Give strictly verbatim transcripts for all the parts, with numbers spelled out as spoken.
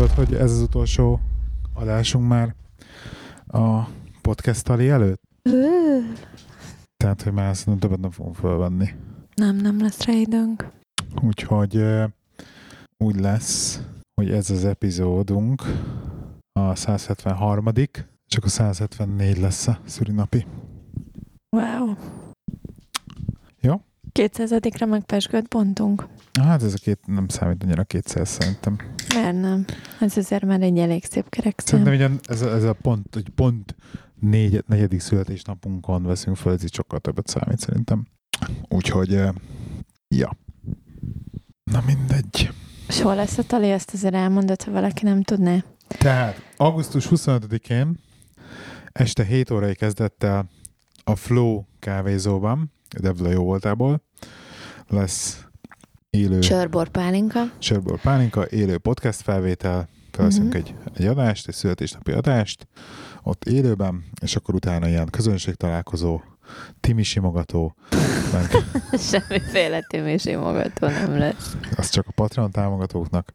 tudod, hogy ez az utolsó adásunk már a podcast tali előtt? Tehát, hogy már szerintem többet nem fogunk fölvenni. Nem, nem lesz rá időnk. Úgyhogy úgy lesz, hogy ez az epizódunk a száz hetvenharmadik csak a száz hetvennégy lesz a szülinapi. Wow. Jó? kétszázadikra meg pesgőt bontunk. Hát ez a két nem számít annyira kétszáz szerintem. Mert nem. Ez azért már egy elég szép kerekszám. Szerintem ugyan ez a, ez a pont, hogy pont négy, negyedik születésnapunkon veszünk föl, ez így sokkal többet számít szerintem. Úgyhogy, ja. Na mindegy. És hol lesz a tali? Ezt azért elmondod, ha valaki nem tudná. Tehát augusztus huszonötödikén este hét órai kezdett el a Flow kávézóban, Devla jó voltából, lesz élő... Sörbor pálinka. Sörbor pálinka, élő podcast felvétel, felveszünk Uh-huh. egy, egy adást, egy születésnapi adást, ott élőben, és akkor utána ilyen közönségtalálkozó, Timi simogató, meg Semmiféle Timi simogató nem lesz. az csak a Patreon támogatóknak.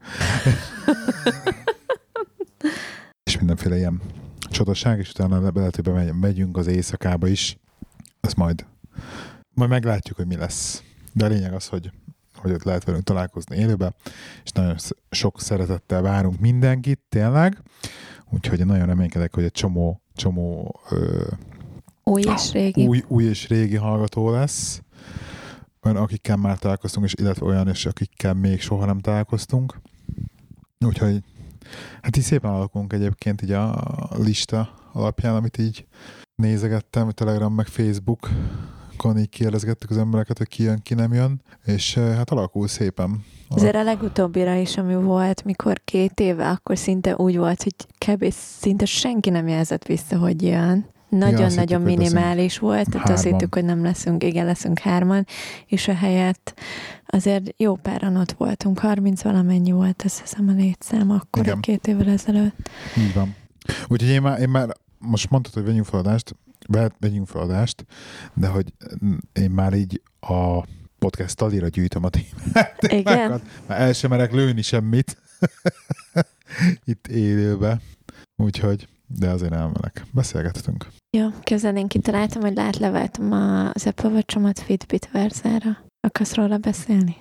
És mindenféle ilyen csodaság, és utána beletőben megyünk az éjszakába is. Ez majd, majd meglátjuk, hogy mi lesz. De a lényeg az, hogy, hogy ott lehet velünk találkozni élőben, és nagyon sok szeretettel várunk mindenkit, tényleg. Úgyhogy nagyon reménykedek, hogy egy csomó, csomó ö, Új és régi. Új, új és régi hallgató lesz, olyan, akikkel már találkoztunk, és illetve olyan, és akikkel még soha nem találkoztunk. Úgyhogy hát így szépen alakulunk egyébként így a lista alapján, amit így nézegettem, Telegram meg Facebookon így kérdezgettük az embereket, hogy ki jön, ki nem jön, és hát alakul szépen. Azért a legutóbbira is, ami volt, mikor két éve, akkor szinte úgy volt, hogy kb. Szinte senki nem jelzett vissza, hogy jön. Nagyon-nagyon hittük, minimális volt, tehát azt hittük, hogy nem leszünk, igen, leszünk hárman, és a helyett azért jó páran ott voltunk, harminc valamennyi volt, azt hiszem a létszám akkor, igen. Két évvel ezelőtt. Így van. Úgyhogy én már, én már most mondtad, hogy vegyünk fel adást, vegyünk fel adást, de hogy én már így a podcast talira gyűjtöm a témákat. Igen? Már el sem merek lőni semmit itt élőbe. Úgyhogy de azért elmenek. Beszélgethetünk. Jó, közben én kitaláltam, hogy látleveltem az Apple Watch-omat Fitbit verzára. Akarsz róla beszélni?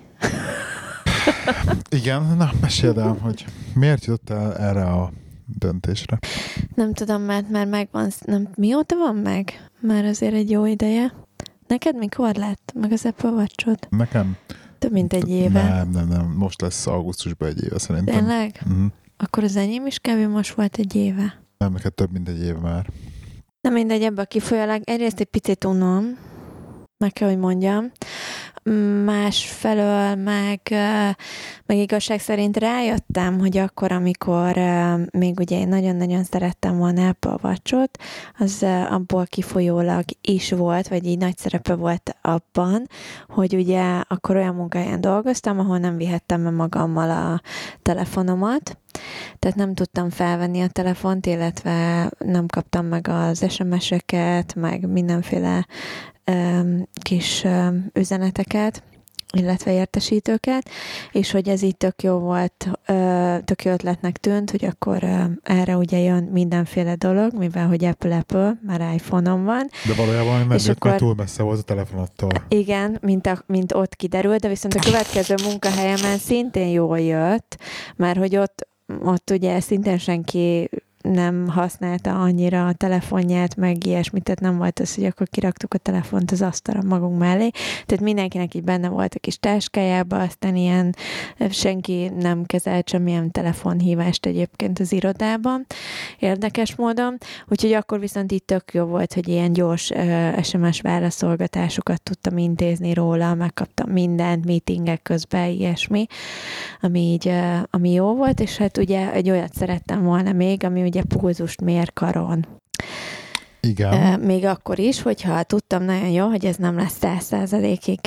Igen, na, meséld el, hogy miért jutottál erre a döntésre? Nem tudom, mert már megvan, nem, mióta van meg? Már azért egy jó ideje. Neked mikor lett meg az Apple Watch-od? Nekem? Több mint egy éve. Nem, nem, nem. Most lesz augusztusban egy éve szerintem. Tényleg? Uh-huh. Akkor az enyém is kb. Most volt egy éve. Nem, neked több mint egy év már. Na mindegy, ebből kifolyólag egyrészt egy picit unom, meg kell, hogy mondjam. Másfelől meg, meg igazság szerint rájöttem, hogy akkor, amikor még ugye én nagyon-nagyon szerettem volna Apple Watch-ot, az abból kifolyólag is volt, vagy így nagy szerepe volt abban, hogy ugye akkor olyan munkahelyen dolgoztam, ahol nem vihettem be magammal a telefonomat, tehát nem tudtam felvenni a telefont, illetve nem kaptam meg az es em es-eket, meg mindenféle um, kis um, üzeneteket, illetve értesítőket, és hogy ez így tök jó volt, tök jó ötletnek tűnt, hogy akkor erre ugye jön mindenféle dolog, mivel hogy Apple Apple, már iPhone-om van. De valójában mert akkor, túl messze volt a telefonattól. Igen, mint, a, mint ott kiderült, de viszont a következő munkahelyemen szintén jól jött, mert hogy ott, ott ugye szintén senki nem használta annyira a telefonját, meg ilyesmit, tehát nem volt az, hogy akkor kiraktuk a telefont az asztalra magunk mellé. Tehát mindenkinek így benne volt a kis táskájába, aztán ilyen senki nem kezelt semmilyen telefonhívást egyébként az irodában, érdekes módon. Úgyhogy akkor viszont itt tök jó volt, hogy ilyen gyors es em es válaszolgatásokat tudtam intézni róla, megkaptam mindent, meetingek közben, ilyesmi, ami így, ami jó volt, és hát ugye egy olyat szerettem volna még, ami ugye pulzust mér karon. Igen. Még akkor is, hogyha tudtam nagyon jó, hogy ez nem lesz száz százalékig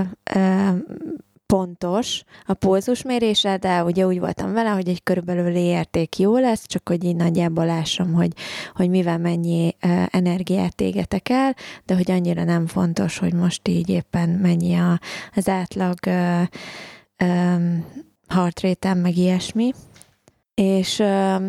pontos a pulzusmérése, de ugye úgy voltam vele, hogy egy körülbelül érték jó lesz, csak hogy így nagyjából lássam, hogy, hogy mivel mennyi energiát égetek el, de hogy annyira nem fontos, hogy most így éppen mennyi a, az átlag heart rate-em, meg ilyesmi. És,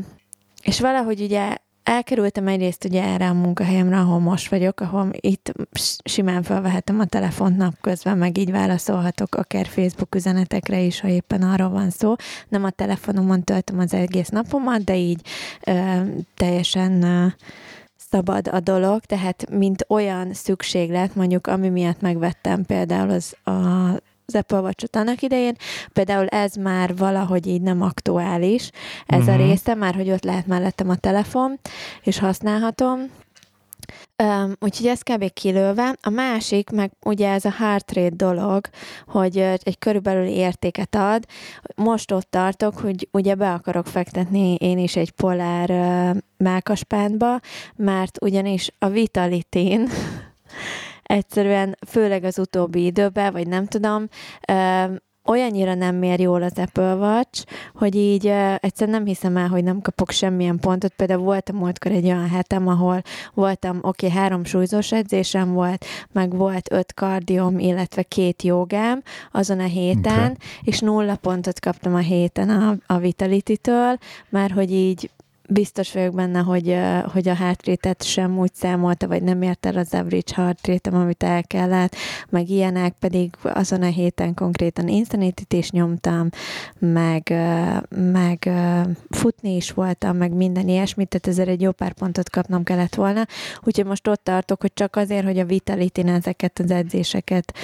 és valahogy ugye elkerültem egyrészt ugye erre a munkahelyemre, ahol most vagyok, ahol itt simán felvehetem a telefont napközben, meg így válaszolhatok akár Facebook üzenetekre is, ha éppen arról van szó. Nem a telefonomon töltöm az egész napomat, de így ö, teljesen ö, szabad a dolog, tehát mint olyan szükséglet, mondjuk ami miatt megvettem például az a az Apple Watch-ot annak idején, például ez már valahogy így nem aktuális, ez uh-huh. a része, már hogy ott lehet mellettem a telefon, és használhatom. Um, úgyhogy ez kb. Kilőve. A másik, meg ugye ez a heart rate dolog, hogy egy körülbelül értéket ad. Most ott tartok, hogy ugye be akarok fektetni én is egy Polar uh, mákaspántba, mert ugyanis a Vitality-n egyszerűen, főleg az utóbbi időben, vagy nem tudom, ö, olyannyira nem mér jól az Apple Watch, hogy így ö, egyszerűen nem hiszem el, hogy nem kapok semmilyen pontot. Például voltam múltkor egy olyan hetem, ahol voltam, oké, okay, három súlyzós edzésem volt, meg volt öt kardióm, illetve két jogám azon a héten, okay. és nulla pontot kaptam a héten a, a Vitality-től, mert hogy így biztos vagyok benne, hogy, hogy a heart rate-et sem úgy számolta, vagy nem ért el az average heart rate-em, amit el kellett, meg ilyenek, pedig azon a héten konkrétan Insanity-t is nyomtam, meg, meg futni is voltam, meg minden ilyesmit, tehát ezért egy jó pár pontot kapnom kellett volna. Úgyhogy most ott tartok, hogy csak azért, hogy a Vitality-n ezeket az edzéseket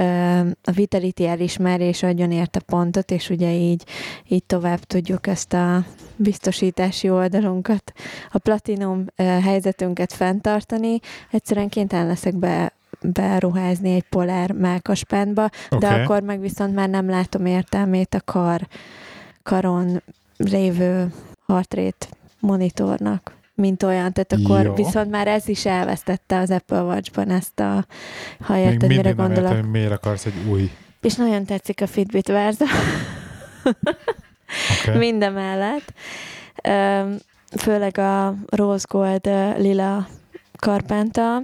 a Vitality elismerés adjon érte pontot, és ugye így, így tovább tudjuk ezt a biztosítási oldalunkat, a platinum helyzetünket fenntartani. Egyszerűen kénytelen leszek be, beruházni egy Polar mákaspántba, okay. de akkor meg viszont már nem látom értelmét a kar, karon lévő heart rate monitornak, mint olyan. Tehát akkor jó. Viszont már ez is elvesztette az Apple Watch-ban ezt a, ha érted, mire gondolok. Értem, miért akarsz egy új. És nagyon tetszik a Fitbit Versa. Okay. Mindemellett. Főleg a Rose Gold lila karpánta,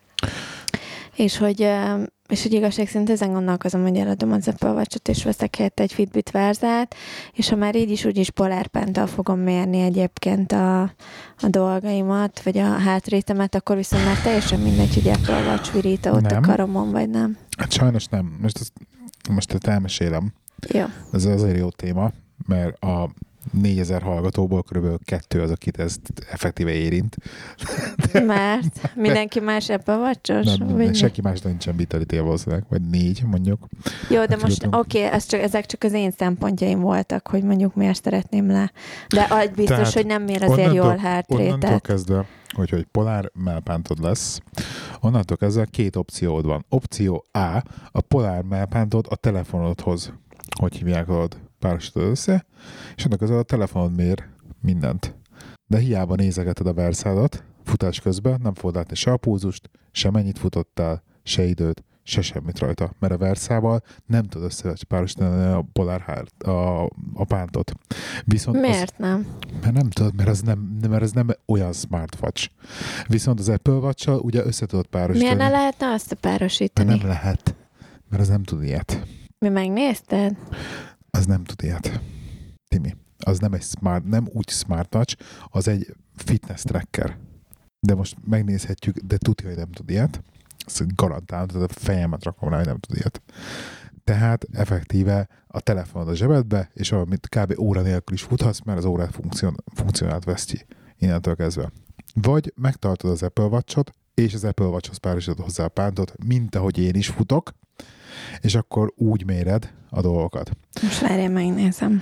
és hogy, és hogy igazság szerint ezen gondolkozom, hogy eladom az Apple Watch-ot, és veszek helyett egy Fitbit Versát, és ha már így is úgyis polárpántal fogom mérni egyébként a, a dolgaimat, vagy a hátrétemet, akkor viszont már teljesen mindegy, hogy Apple Watch virít ott nem. A karomon, vagy nem. Hát sajnos nem. Most ezt, most ezt elmesélem. Jó. Ez azért jó téma, mert a négyezer hallgatóból körülbelül kettő az, akit ez effektíve érint. De, mert mindenki más Apple Watch-os? Nem, nem senki más nincsen Vitality-a valószínűleg, vagy négy mondjuk. Jó, de most oké, okay, csak, ezek csak az én szempontjaim voltak, hogy mondjuk miért szeretném le. De az biztos, tehát hogy nem mér azért jól heart rate-et. Onnantól kezdve, hogy, hogy Polar mellpántod lesz, onnantól kezdve két opciód van. Opció A, a Polar mellpántod a telefonodhoz. Hogy hívják ott? Párosítod össze, és annak közben a telefonod mér mindent. De hiába nézegeted a Versádat futás közben, nem fogod látni se a pulzust, se mennyit futottál, se időt, se semmit rajta, mert a Versával nem tudod összepárosítani a Polar a, a pántot. Viszont miért az, nem? Mert nem tudod, mert az nem, mert ez nem olyan smartwatch. Viszont az Apple Watch-sal ugye össze tudod párosítani. Miért ne lehetne azt párosítani? Nem lehet, mert az nem tud ilyet. Mi megnézted? Az nem tud ilyet. Timi, az nem egy smart, nem úgy smartwatch, az egy fitness tracker. De most megnézhetjük, de tudja, hogy nem tud ilyet. Ezt garantálom, tehát a fejemet rakom rá, hogy nem tud ilyet. Tehát effektíve a telefonod a zsebedbe, és amit kb. Óra nélkül is futhatsz, mert az órát funkcion, funkcionált veszti innentől kezdve. Vagy megtartod az Apple Watch-ot, és az Apple Watch-hoz párosítod hozzá a pántot, mint ahogy én is futok, és akkor úgy méred a dolgokat. Most várjál, megnézem.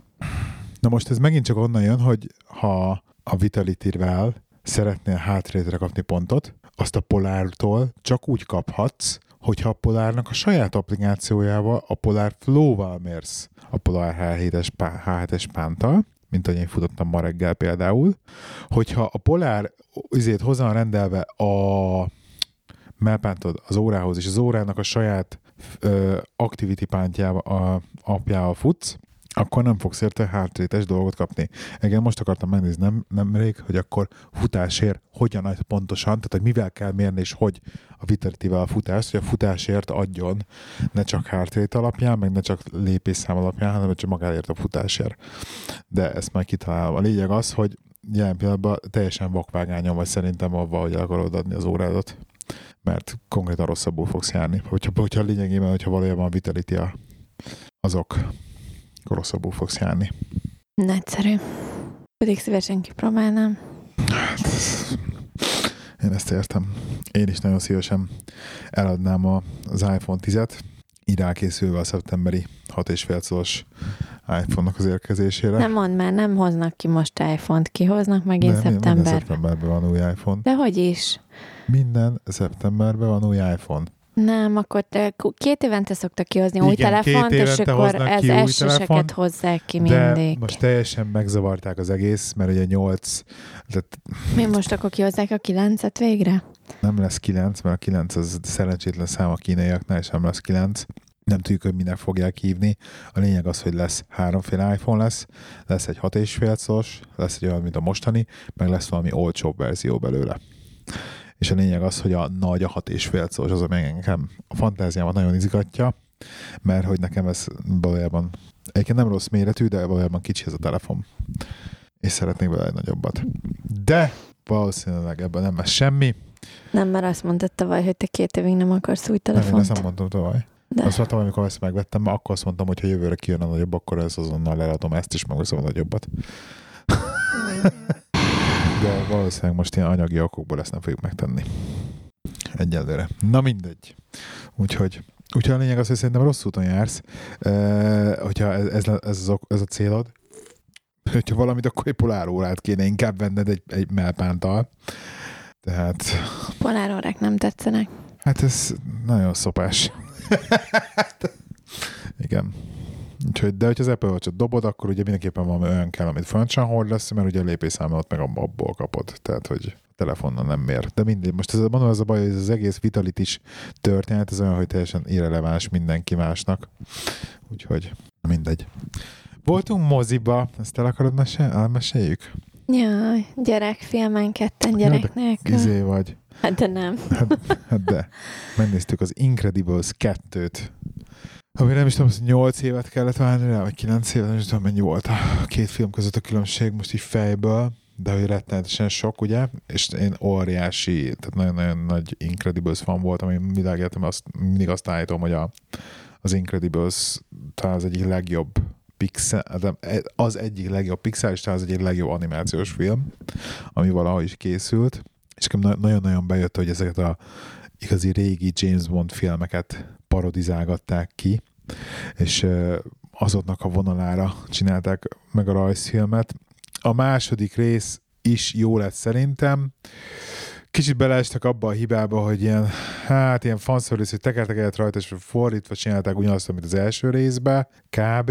Na most ez megint csak onnan jön, hogy ha a Vitality-vel szeretnél hátrétre kapni pontot, azt a Polártól csak úgy kaphatsz, hogyha a Polárnak a saját applikációjával, a Polar Flow-val mérsz a Polar há hetes pánttal, mint ahogy én futottam ma reggel például, hogyha a Polar izét hozzá rendelve a mellpántod az órához, és az órának a saját ö, activity pántjával, a, apjával futsz, akkor nem fogsz érte hátrétes dolgot kapni. Igen, most akartam megnézni nem, nemrég, hogy akkor futásért hogyan adj pontosan, tehát hogy mivel kell mérni, és hogy a Vitality-vel a futást, hogy a futásért adjon ne csak hátréte alapján, meg ne csak lépésszám alapján, hanem csak magáért a futásért. De ezt már kitalálom. A lényeg az, hogy jelen pillanatban teljesen vakvágányon vagy szerintem avval, hogy el akarod adni az órádat, mert konkrétan rosszabbul fogsz járni. Hogyha, hogyha lényegében, hogyha valójában a Vitality a, azok, akkor rosszabbul fogsz járni. Nagyszerű. Pedig szívesen kipróbálnám. Hát, én ezt értem. Én is nagyon szívesen eladnám az iPhone tízet, így rákészülve a szeptemberi hat és fél szoros iPhone-nak az érkezésére. Nem mondd már, nem hoznak ki most iPhone-t, kihoznak megint De szeptemberben. Minden szeptemberben van új iPhone. De hogy is? Minden szeptemberben van új iPhone. Nem, akkor te két évente szoktak kihozni új Igen, telefont, és akkor ez elsőseket hozzák ki de mindig. most teljesen megzavarták az egész, mert ugye nyolc... Tehát Mi most akkor kihozzák a kilencet végre? nem lesz kilenc, mert a kilenc az szerencsétlen szám a kínaiaknál, és nem lesz kilenc. Nem tudjuk, hogy minek fogják hívni. A lényeg az, hogy lesz háromféle iPhone lesz, lesz egy hat és fél szoros, lesz egy olyan, mint a mostani, meg lesz valami olcsóbb verzió belőle. És a lényeg az, hogy a nagy, a hat és fél szoros az, ami engem a fantáziámat nagyon izgatja, mert hogy nekem ez valójában egyébként nem rossz méretű, de valójában kicsi ez a telefon. És szeretnék vele egy nagyobbat. De valószínűleg ebben nem lesz semmi. Nem, mert azt mondtad tavaly, hogy te két évig nem akarsz új telefont. Nem, én ezt nem mondtam tavaly. De. Azt mondtam, amikor ezt megvettem, mert akkor azt mondtam, hogy ha jövőre kijön a nagyobb, akkor ez azonnal leadom ezt is, megveszem a nagyobbat. De valószínűleg most ilyen anyagi okokból ezt nem fogjuk megtenni. Egyelőre. Na mindegy. Úgyhogy, úgyhogy a lényeg az, hogy szerintem rossz úton jársz, e, hogyha ez, ez, ez, a, ez a célod. Hogyha valamit, akkor egy polárórát kéne inkább venned egy, egy melpántal. Tehát... Polárórák nem tetszenek. Hát ez nagyon szopás. Igen. Úgyhogy, de hogyha az Apple Watch-ot dobod, akkor ugye mindenképpen valami olyan kell, amit folyamatosan hordasz, mert ugye a lépésszámot meg abból kapod. Tehát, hogy telefonnal nem mér. De mindig. Most ez, mondom, ez a baj, hogy ez az egész Vitality-s történet, ez olyan, hogy teljesen irreleváns mindenki másnak. Úgyhogy mindegy. Voltunk moziba, ezt el akarod mesélni? Elmeséljük? Jaj, gyerekfilmen ketten gyerek nélkül. Izé vagy. Hát de nem. Hát, hát de. Megnéztük az Incredibles kettőt. Ami nem is tudom, hogy nyolc évet kellett várni rá, vagy kilenc évet, nem is tudom, mennyi volt a két film között a különbség, most így fejből, de hogy rettenetesen sok, ugye? És én óriási, tehát nagyon-nagyon nagy Incredibles fan voltam, én világéletemben azt, mindig azt állítom, hogy a, az Incredibles talán az egyik legjobb Pixar, az egyik legjobb Pixar, és talán az egyik legjobb animációs film, ami valahogy is készült. És nagyon-nagyon bejött, hogy ezeket a igazi régi James Bond filmeket parodizálgatták ki, és azoknak a vonalára csinálták meg a rajzfilmet. A második rész is jó lett szerintem. Kicsit beleestek abba a hibába, hogy ilyen, hát ilyen fanszervisz, hogy tekertek egyet rajta, és fordítva csinálták ugyanazt, mint az első részben, kb.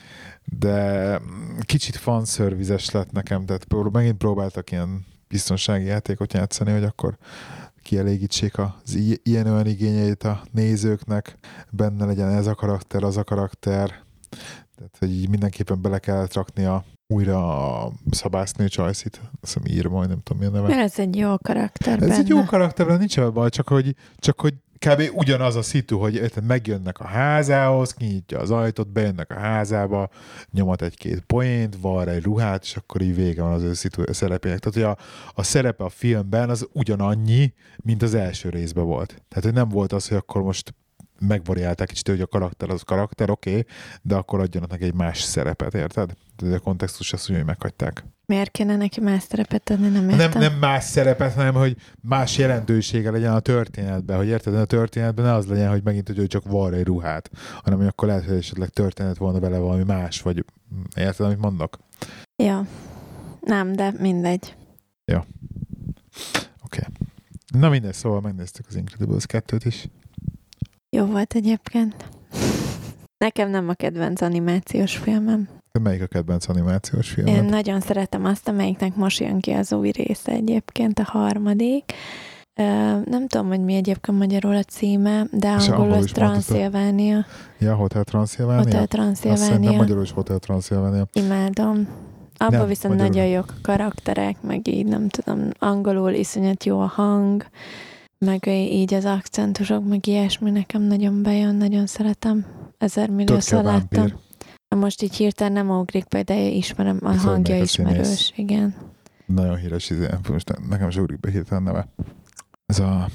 De kicsit fanszervizes lett nekem, tehát megint próbáltak ilyen biztonsági játékot játszani, hogy akkor kielégítsék az ilyen olyan igényeit a nézőknek, benne legyen ez a karakter, az a karakter, tehát hogy így mindenképpen bele kellett rakni a, újra a szabásznő Joyce-it, azt hiszem írva, nem tudom mi a neve. Mert ez egy jó karakter Ez benne. egy jó karakter, de nincs ebben baj, csak hogy, csak hogy kb. Ugyanaz a szitu, hogy érted, megjönnek a házához, kinyitja az ajtót, bejönnek a házába, nyomat egy-két poént, varr egy ruhát, és akkor így vége van az ő szitu szerepének. Tehát, hogy a, a szerepe a filmben az ugyanannyi, mint az első részben volt. Tehát, hogy nem volt az, hogy akkor most megvariálták kicsit, hogy a karakter az karakter, oké, okay, de akkor adjanak neki egy más szerepet, érted? De a kontextus azt úgy, hogy meghagyták. Miért kéne neki más szerepet adni? Nem értem. Nem, nem más szerepet, hanem hogy más jelentősége legyen a történetben, hogy érted, a történetben ne az legyen, hogy megint, hogy ő csak varr egy ruhát, hanem hogy akkor lehet, hogy esetleg történet volna vele valami más, vagy érted, amit mondok? Ja. Nem, de mindegy. Ja. Oké. Okay. Na mindegy, szóval megnéztük az Incredibles kettőt is. Jó volt egyébként. Nekem nem a kedvenc animációs filmem. Melyik a kedvenc animációs filmed? Én nagyon szeretem azt, amelyiknek most jön ki az új része egyébként, a harmadik. Nem tudom, hogy mi egyébként magyarul a címe, de És angolul angol az is mondtad. Transzilvánia. Ja, Hotel Transzilvánia? Hotel Azt szerintem Transzilvánia. magyarul is Hotel Transzilvánia. Imádom. Abban Nem, viszont magyarul. nagyon jók a karakterek, meg így nem tudom, angolul iszonyat jó a hang, meg így az akcentusok, meg ilyesmi nekem nagyon bejön, nagyon szeretem. Ezer milliószor Tökkel láttam. vámpír. Most így hirtelen nem ugrik be, de ismerem, a Szóval hangja melyik a ismerős, színész? igen. Nagyon híres, izé, most ne- nekem sem ugrik be hirtelen neve. Ez a...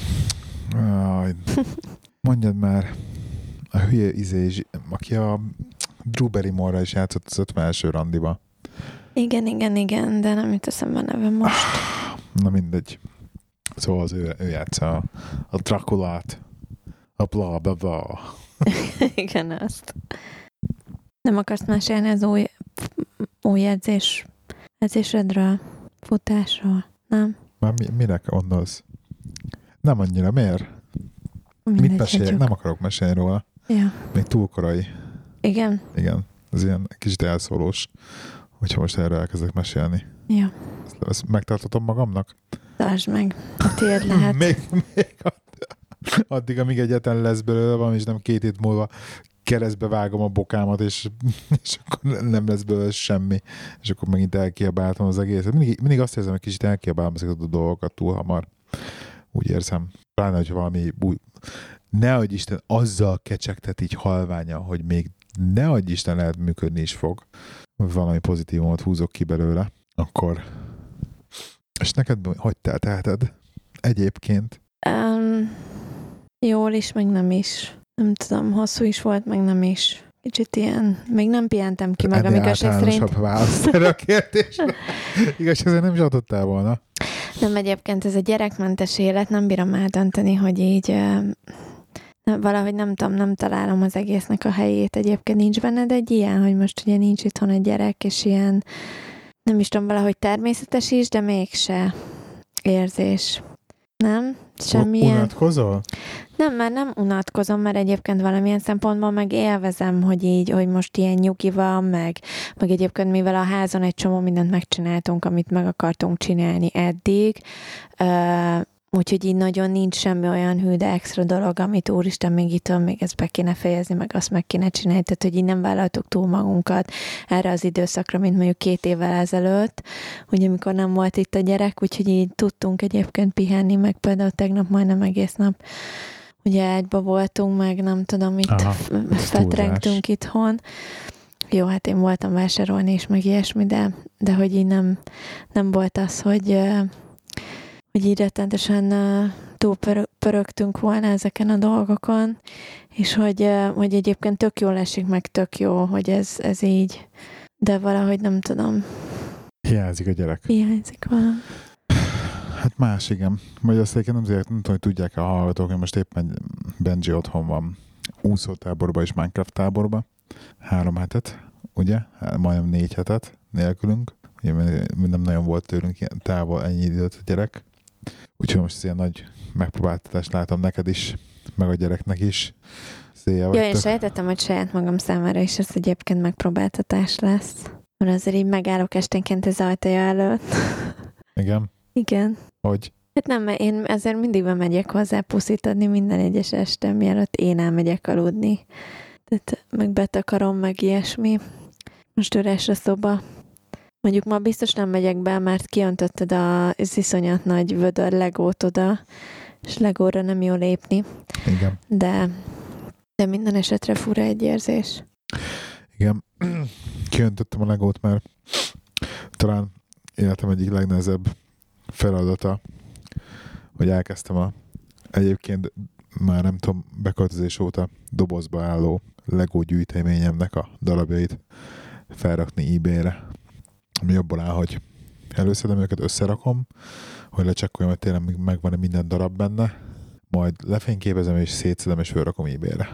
Aj, mondjad már, a hülye izé, zsi- aki a Drew Barrymore-ra is játszott az ötven első randiba. Igen, igen, igen, de nem jut eszembe a neve most. Na mindegy. Szóval az ő, ő játsza a, a Draculát. A bla bla bla. Igen, azt. Nem akarsz mesélni az új, új edzés, edzésedről, futásról, nem? Már mi, minek gondolsz? Nem annyira, miért? Mindegy, Mit meséljek? hagyjuk. Nem akarok mesélni róla. Ja. Még túl korai. Igen? Igen. Ez ilyen kicsit elszólós, hogyha most erről elkezdek mesélni. Jó. Ezt, ezt megtartatom magamnak? Tartsd meg. A tiéd lehet. még, még add- addig, amíg egyetlen lesz belőle valami, és nem két hét múlva keresztbe vágom a bokámat, és, és akkor nem lesz belőle semmi. És akkor megint elkiabáltam az egészet. Mindig, mindig azt érzem, hogy kicsit elkiabálom ezeket a dolgokat túl hamar. Úgy érzem. Pláne, hogy valami új... Nehogy Isten azzal kecsegtet így halványa, hogy még nehogy Isten lehet működni is fog. Valami pozitívumot húzok ki belőle. Akkor... És neked hogy te teheted? Egyébként? Um, jól is, meg nem is. Nem tudom, hosszú is volt, meg nem is. Kicsit ilyen, még nem pihentem ki magam, Ennél igazság szerint. általánosabb választ erre a kérdésre. Igaz, ezért nem is adott volna. Nem, egyébként ez a gyerekmentes élet, nem bírom eldönteni, hogy így uh, valahogy nem tudom, nem találom az egésznek a helyét. Egyébként nincs benned egy ilyen, hogy most ugye nincs itthon egy gyerek, és ilyen, nem is tudom, valahogy természetes is, de mégse érzés. Nem? Semmilyen. Unatkozol? Nem, mert nem unatkozom, mert egyébként valamilyen szempontból meg élvezem, hogy így, hogy most ilyen nyugi van, meg, meg egyébként mivel a házon egy csomó mindent megcsináltunk, amit meg akartunk csinálni eddig, uh, úgyhogy így nagyon nincs semmi olyan hű, de extra dolog, amit úristen, még itt van, még ezt be kéne fejezni, meg azt meg kéne csinálni, tehát hogy így nem vállaltuk túl magunkat erre az időszakra, mint mondjuk két évvel ezelőtt, ugye amikor nem volt itt a gyerek, úgyhogy így tudtunk egyébként pihenni, meg például tegnap majdnem egész nap ugye ágyba voltunk, meg nem tudom, itt Aha, f- fetrengtünk itthon. Jó, hát én voltam vásárolni is, meg ilyesmi, de, de hogy így nem, nem volt az, hogy, hogy így rettentesen túl pörögtünk volna ezeken a dolgokon, és hogy, hogy egyébként tök jól esik, meg tök jó, hogy ez, ez így, de valahogy nem tudom. Hiányzik a gyerek. Hiányzik valami. Hát más, igen. Vagy azt egyébként nem, nem tudom, hogy tudják a hallgatók, hogy most éppen Benji otthon van úszótáborba és Minecraft táborba. Három hetet, ugye? Hát majdnem négy hetet nélkülünk. Ugye nem nagyon volt tőlünk ilyen távol ennyi időt a gyerek. Úgyhogy most ez ilyen nagy megpróbáltatást látom neked is, meg a gyereknek is. Széjjel Ja, én sejtettem, hogy saját magam számára is ez egyébként megpróbáltatás lesz. Mert azért így megállok esténként az ajtaja előtt. Igen? Igen. Hogy? Hát nem, mert én ezért mindig bemegyek hozzá puszit adni minden egyes este, mielőtt én elmegyek aludni. Tehát meg betakarom, meg ilyesmi. Most üres a szoba. Mondjuk ma biztos nem megyek be, mert kiöntötted az iszonyat nagy vödör legót oda, és legóra nem jó lépni. Igen. De, de minden esetre fura egy érzés. Igen. Kiöntöttem a legót, mert talán életem egyik legnehezebb feladata, hogy elkezdtem a egyébként már nem tudom, beköltözés óta dobozba álló Lego gyűjteményemnek a darabjait felrakni eBay-re. Ami abból áll, hogy előszedem őket, összerakom, hogy lecsekkoljam, hogy tényleg megvan-e minden darab benne, majd lefényképezem és szétszedem és felrakom eBay-re.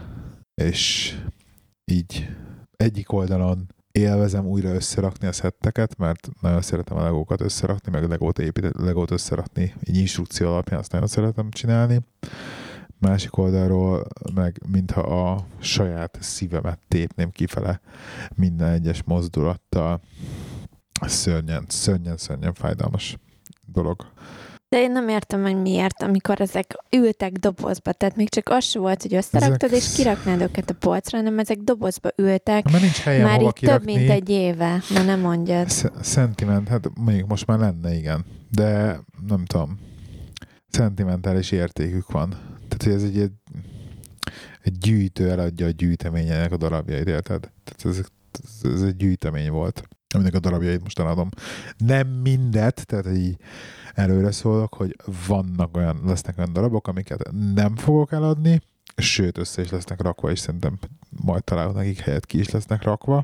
És így egyik oldalon élvezem újra összerakni a szetteket, mert nagyon szeretem a legókat összerakni, meg legót építeni, legót összerakni, így instrukció alapján azt nagyon szeretem csinálni. Másik oldalról meg mintha a saját szívemet tépném kifele minden egyes mozdulattal. Szörnyen, szörnyen, szörnyen fájdalmas dolog. De én nem értem, hogy miért, amikor ezek ültek dobozba. Tehát még csak az sem volt, hogy összeraktad, ezek... és kiraknád őket a polcra, hanem ezek dobozba ültek. Mert nincs helyen már hova itt kirakni. Több mint egy éve. Na nem mondjad. Sz- Szentiment, hát mondjuk most már lenne, igen. De nem tudom. Szentimentális értékük van. Tehát, hogy ez egy, egy, egy gyűjtő eladja a gyűjteményének a darabjait, érted? Tehát ez, ez, ez egy gyűjtemény volt, aminek a darabjait most eladom. Nem mindet, tehát így előre szólok, hogy vannak olyan, lesznek olyan darabok, amiket nem fogok eladni, sőt, össze is lesznek rakva, és szerintem majd találok nekik helyet, ki is lesznek rakva.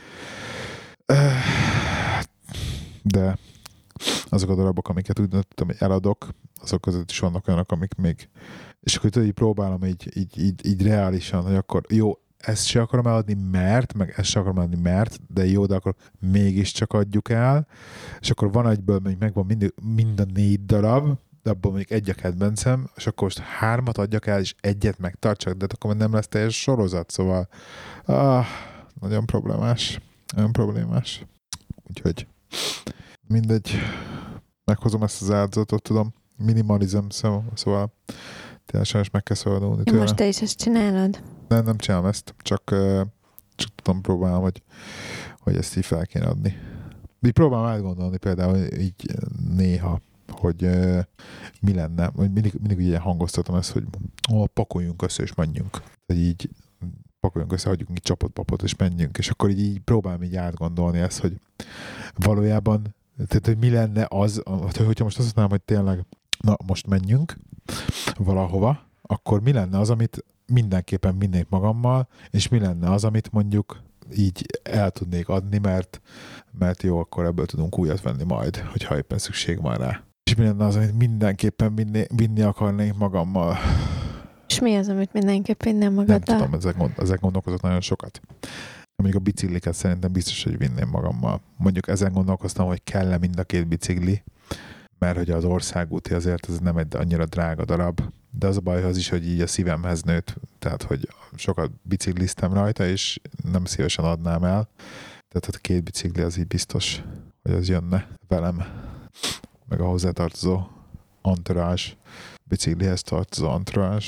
De azok a darabok, amiket úgy tudom, hogy eladok, azok között is vannak olyanok, amik még... És akkor tudod, így próbálom így, így, így, így reálisan, hogy akkor jó, ezt se akarom eladni, mert, meg ezt se akarom eladni, mert, de jó, de akkor mégiscsak adjuk el, és akkor van egyből, még megvan mind, mind a négy darab, de abból még egy a kedvencem, és akkor most hármat adjak el, és egyet megtartsak, de akkor nem lesz teljes sorozat, szóval ah, nagyon problémás. Nagyon problémás. Úgyhogy mindegy, meghozom ezt az áldozatot, tudom, minimalizm, szóval tényleg sajnos meg kell szabadulni tőle. Most te is ezt csinálod? Nem, nem csinálom ezt, csak, csak tudom, próbálom, hogy, hogy ezt így fel kéne adni. Így próbálom átgondolni például így néha, hogy mi lenne, vagy mindig, mindig ilyen hangoztatom ezt, hogy ó, pakoljunk össze és menjünk. hogy így pakoljunk össze, hagyjunk egy csapatpapot, és menjünk. És akkor így, így próbálom így átgondolni ezt, hogy valójában, tehát hogy mi lenne az, hogyha most azt mondanám, hogy tényleg, na most menjünk valahova, akkor mi lenne az, amit mindenképpen vinnék magammal, és mi lenne az, amit mondjuk így el tudnék adni, mert, mert jó, akkor ebből tudunk újat venni majd, hogyha éppen szükség van rá. És mi lenne az, amit mindenképpen vinni, vinni akarnék magammal. És mi az, amit mindenképp vinnem magaddal? Nem tudom, ezek, gond, ezek gondolkozok nagyon sokat. Mondjuk a bicikliket szerintem biztos, hogy vinném magammal. Mondjuk ezen gondolkoztam, hogy kell-e mind a két bicikli, mert hogy az országúti azért ez nem egy annyira drága darab, de az a baj az is, hogy így a szívemhez nőtt, tehát hogy sokat bicikliztem rajta, és nem szívesen adnám el. Tehát a két bicikli az így biztos, hogy az jönne velem, meg a hozzátartozó entourage, biciklihez tartozó entourage.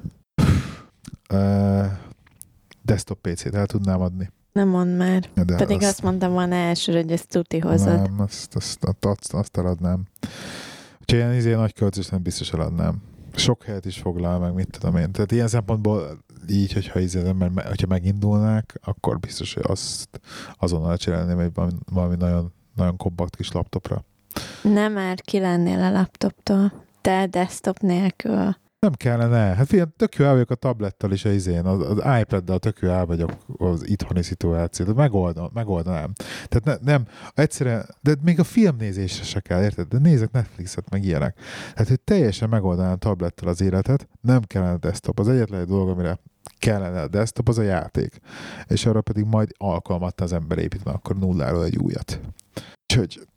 Uh, desktop pé cét el tudnám adni. Nem mondd már. De Pedig azt, azt mondtam volna elsőre, hogy ezt tuti hozod. Nem, azt, azt, azt, azt eladnám. Úgyhogy ilyen izé nagy költözést nem biztos eladnám. Sok helyet is foglal meg, mit tudom én. Tehát ilyen szempontból így, hogyha, izé, mert, hogyha megindulnák, akkor biztos, hogy azt azonnal cserélném egy valami, valami nagyon, nagyon kompakt kis laptopra. Nem már ki lennél a laptoptól. Te desktop nélkül. Nem kellene. Hát figyelj, tök jó el vagyok a tablettal is, a izén, az, az iPad-del tök jó el vagyok az itthoni szituációt. Megoldom, megoldanám. Tehát ne, nem, egyszerűen, de még a filmnézésre se kell, érted? De nézek Netflixet, meg ilyenek. Tehát, hogy teljesen megoldanám tablettal az életet, nem kellene desktop. Az egyetlen egy dolog, amire kellene a desktop, az a játék. És arra pedig majd alkalmatta az ember építve, akkor nulláról egy újat. Úgyhogy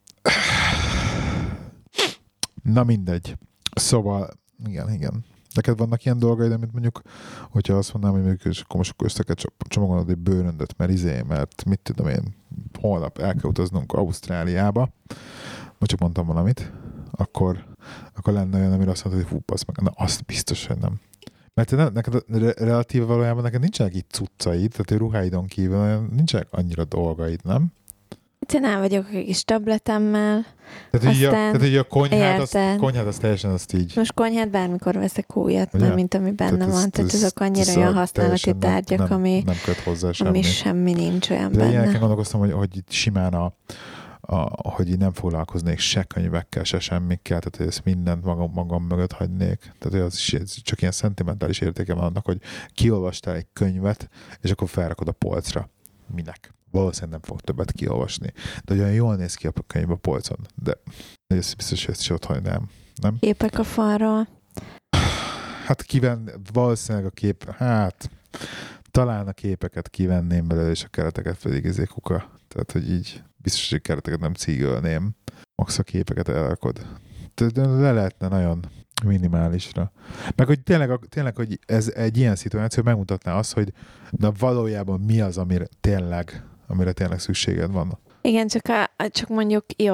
na mindegy. Szóval, igen, igen. Neked vannak ilyen dolgaid, amit mondjuk, hogyha azt mondanám, hogy mondjuk, és akkor most össze kell csomagolnod egy bőröndöt, mert izé, mert mit tudom én, holnap el kell utaznunk Ausztráliába, most csak mondtam valamit, akkor, akkor lenne olyan, amire azt mondod, hogy fú, passz meg. Na, azt biztos, hogy nem. Mert te, neked relatíve valójában neked nincsenek itt cuccaid, tehát a ruháidon kívül nincsenek annyira dolgaid, nem? Én el vagyok a kis tabletemmel. Tehát, hogy a, tehát, hogy a konyhád, azt, konyhád azt teljesen azt így... Most konyhád bármikor veszek újat, nem mint ami benne tehát van. Ez, tehát ez, ezek annyira olyan használati tárgyak, nem, ami, nem köt hozzá semmi. ami semmi nincs olyan de benne. De ilyeneken gondolkoztam, hogy, hogy itt simán a, a, hogy így nem foglalkoznék se könyvekkel, se semmikkel, tehát hogy ezt mindent magam, magam mögött hagynék. Tehát hogy az is csak ilyen szentimentális értéke van annak, hogy kiolvastál egy könyvet, és akkor felrakod a polcra. Minek? Valószínűleg nem fog többet kiolvasni. De olyan jól néz ki a könyv a polcon. De ez biztos, hogy ezt is ott hagynám. Nem? Képek a falról. Hát kiven, valószínűleg a kép, hát talán a képeket kivenném belőle, és a kereteket pedig ezért kuka. Tehát, hogy így biztos, hogy a kereteket nem cígölném. Max a képeket elrakod. Le lehetne nagyon minimálisra. Meg hogy tényleg, tényleg, hogy ez egy ilyen szituáció megmutatná azt, hogy na valójában mi az, amire tényleg, amire tényleg szükséged van. Igen, csak, a, csak mondjuk, jó,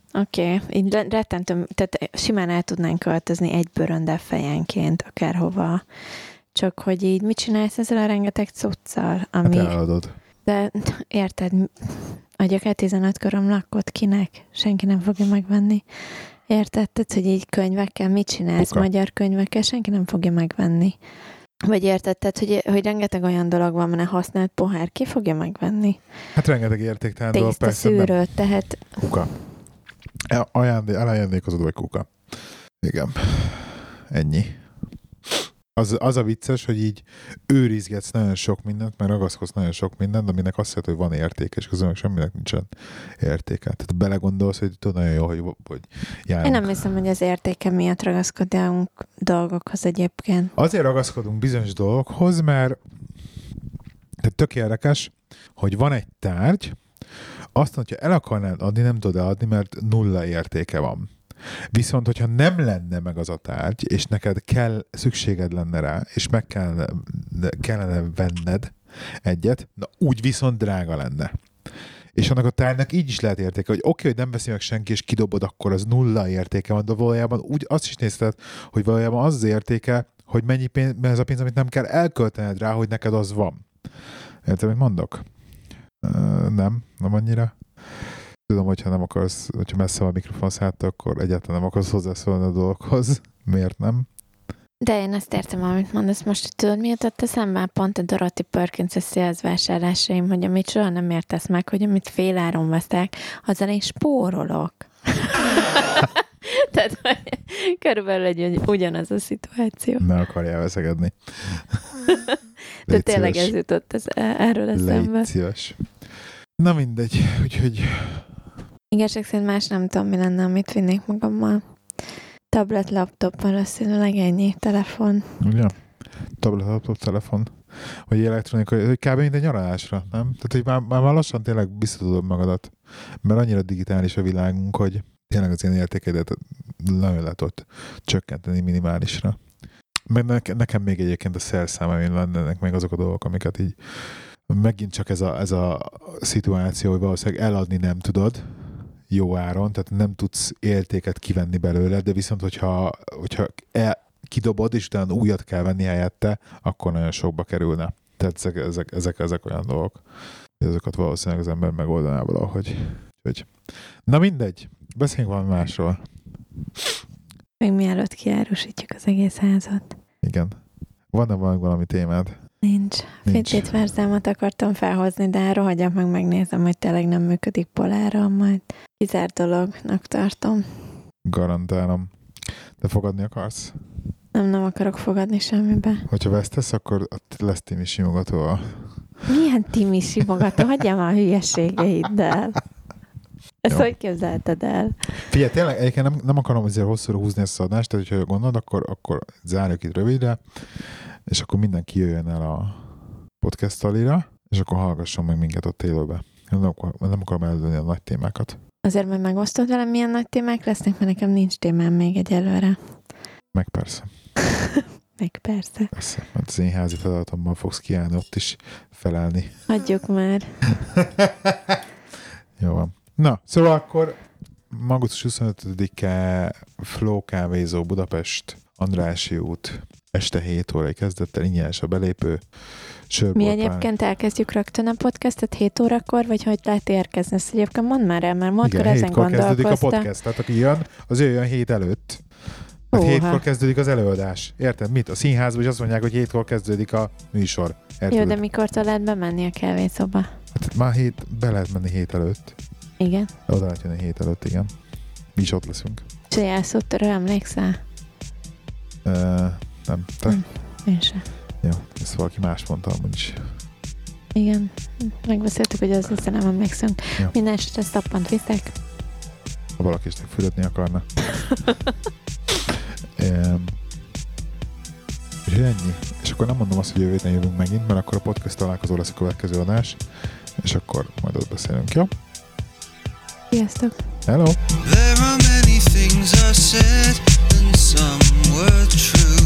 Oké, okay. Így rettentő, tehát simán el tudnánk költözni egy bőröndel fejenként akárhova. Csak hogy így mit csinálsz ezzel a rengeteg cuccal, ami... Hát eladod. De érted, adjak el tizenöt köröm lakkot kinek? Senki nem fogja megvenni. Érted? Tehát, hogy így könyvekkel mit csinálsz? Puka. Magyar könyvekkel senki nem fogja megvenni. Vagy érted? Tehát, hogy, hogy rengeteg olyan dolog van, mert használt pohár ki fogja megvenni? Hát rengeteg értéktelen dolog, persze. Tészta szűrőt, tehát... Kuka. Ajándé, elajándékozod, vagy kuka. Igen. Ennyi. Az, az a vicces, hogy így őrizgetsz nagyon sok mindent, mert ragaszkodsz nagyon sok mindent, aminek azt jelenti, hogy van értéke, és közben semminek nincsen értéke. Tehát belegondolsz, hogy tudod nagyon jó, hogy, hogy járunk. Én nem hiszem, hogy az értéke miatt ragaszkodunk dolgokhoz egyébként. Azért ragaszkodunk bizonyos dolgokhoz, mert tehát tök érdekes, hogy van egy tárgy, azt mondja, hogy el akarnád adni, nem tudod eladni, mert nulla értéke van. Viszont, hogyha nem lenne meg az a tárgy, és neked kell, szükséged lenne rá, és meg kellene, kellene venned egyet, na úgy viszont drága lenne. És annak a tárgynak így is lehet értéke, hogy oké, okay, hogy nem veszi meg senki, és kidobod, akkor az nulla értéke van, de valójában úgy azt is nézted, hogy valójában az az értéke, hogy mennyi pénz, ez a pénz, amit nem kell elköltened rá, hogy neked az van. Érted, mit mondok? Uh, nem, nem annyira. Tudom, hogyha nem akarsz, hogyha messze van a mikrofon szállta, akkor egyáltalán nem akarsz hozzászólni a dolgokhoz. Miért nem? De én ezt értem, amit mondasz. Most tudod, miért tett eszembe pont a Dorothy Perkins-es szélzvásárlásaim, hogy amit soha nem értesz meg, hogy amit féláron veszek, azzal én spórolok. Tehát körülbelül egy ugyanaz a szituáció. Ne akarjál veszegedni. De tényleg ez jutott ez, erről eszembe. Légy szíves. Na mindegy, úgyhogy... Igazság szerint más nem tudom, mi lenne, amit vinnék magammal. Tablet, laptop, valószínűleg ennyi, telefon. Ugye? Tablet, laptop, telefon. Vagy elektronikai, hogy kb. Minden nyaralásra, nem? Tehát, hogy már, már lassan tényleg biztosodod magadat. Mert annyira digitális a világunk, hogy tényleg az én értékeidet nagyon lehet ott csökkenteni minimálisra. Meg ne, nekem még egyébként a szerszámaim lennének meg azok a dolgok, amiket így megint csak ez a, ez a szituáció, hogy valószínűleg eladni nem tudod jó áron, tehát nem tudsz értéket kivenni belőle, de viszont, hogyha, hogyha el, kidobod, és utána újat kell venni helyette, akkor nagyon sokba kerülne. Tehát ezek, ezek, ezek, ezek olyan dolgok, hogy azokat valószínűleg az ember megoldaná valahogy. Hogy... Na mindegy, beszéljünk valami másról. Még mielőtt kiárusítjuk az egész házat. Igen. Van-e valami, valami témád? Nincs. Fitét verzámat akartam felhozni, de rohagyjak meg, megnézem, hogy tényleg nem működik poláron, majd kizárt dolognak tartom. Garantálom. De fogadni akarsz? Nem, nem akarok fogadni semmibe. Hogyha vesztesz, akkor lesz Timi simogató. Milyen Timi simogató? Hagyjál már a hülyeségeiddel. Ezt jó. Hogy képzelted el? Figyelj, tényleg egyébként nem, nem akarom azért hosszúra húzni ezt a adást, tehát hogyha gondolod, akkor, akkor zárjuk itt rövidre, és akkor mindenki jöjjön el a podcast alira, és akkor hallgasson meg minket ott élőbe. Nem, akar, nem akarom eldőni a nagy témákat. Azért majd megosztod velem, milyen nagy témák lesznek, mert nekem nincs témám még egyelőre. Meg persze. Meg persze. Persze, mert az én házi feladatommal fogsz kiállni, ott is felelni. Hagyjuk már. Jó van. Na, szóval akkor augusztus huszonötödike Flow kávézó Budapest, Andrássy út, este hét órai kezdettel, ingyenes a belépő. Mi egyébként elkezdjük rögtön a podcastet hét órakor, vagy hogy lehet érkezni? Ezt egyébként mondd már el, mert múltkor ezen gondolkoztam. Igen, hétkor kezdődik a podcast, tehát aki jön, az jöjjön hét előtt. Hát hétkor kezdődik az előadás. Érted? Mit? A színházban is azt mondják, hogy hétkor kezdődik a műsor. Érted? Jó, de mikor lehet bemenni a kávészóba? Hát már hét, be lehet menni hét előtt. Igen. Oda lehet jönni hét előtt, igen. Mi is ott leszünk. És a jelszótörő emlékszel? Uh, nem. Te? Nem. Én sem. Jó, ezt valaki más mondta, amúgy is. Igen. Megbeszéltük, hogy az össze nem emlékszünk. Ja. Minden esetre szappant viszek. Ha valaki is fürödni akarna. um, és ennyi. És akkor nem mondom azt, hogy jövő héten jövünk megint, mert akkor a podcast találkozó lesz a következő adás, és akkor majd ott beszélünk, jó? Sziasztok! Hello! There are many things I said and some were true.